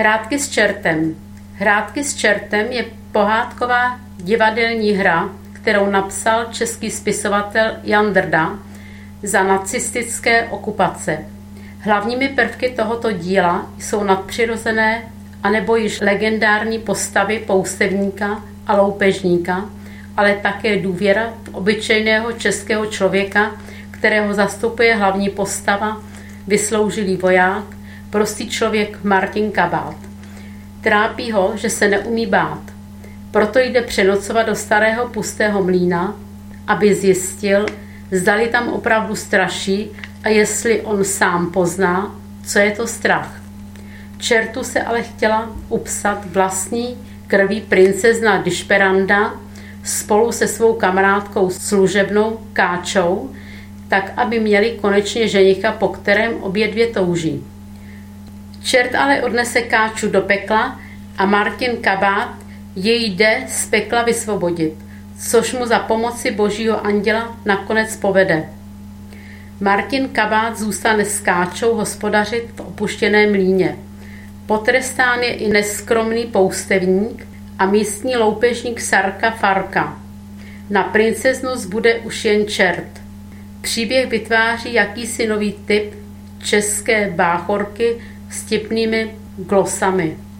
Hrátky s čertem. Hrátky s čertem je pohádková divadelní hra, kterou napsal český spisovatel Jan Drda za nacistické okupace. Hlavními prvky tohoto díla jsou nadpřirozené anebo již legendární postavy poustevníka a loupežníka, ale také důvěra v obyčejného českého člověka, kterého zastupuje hlavní postava, vysloužilý voják, prostý člověk Martin Kabát. Trápí ho, že se neumí bát. Proto jde přenocovat do starého pustého mlýna, aby zjistil, zdali tam opravdu straší a jestli on sám pozná, co je to strach. Čertu se ale chtěla upsat vlastní krví princezna Dišperanda spolu se svou kamarádkou služebnou Káčou, tak aby měli konečně ženicha, po kterém obě dvě touží. Čert ale odnese Káču do pekla a Martin Kabát jej jde z pekla vysvobodit, což mu za pomoci božího anděla nakonec povede. Martin Kabát zůstane s Káčou hospodařit v opuštěném mlýně. Potrestán je i neskromný poustevník a místní loupežník Sarka Farka. Na princeznu zbude už jen čert. Příběh vytváří jakýsi nový typ české báchorky s vtipnými glosami.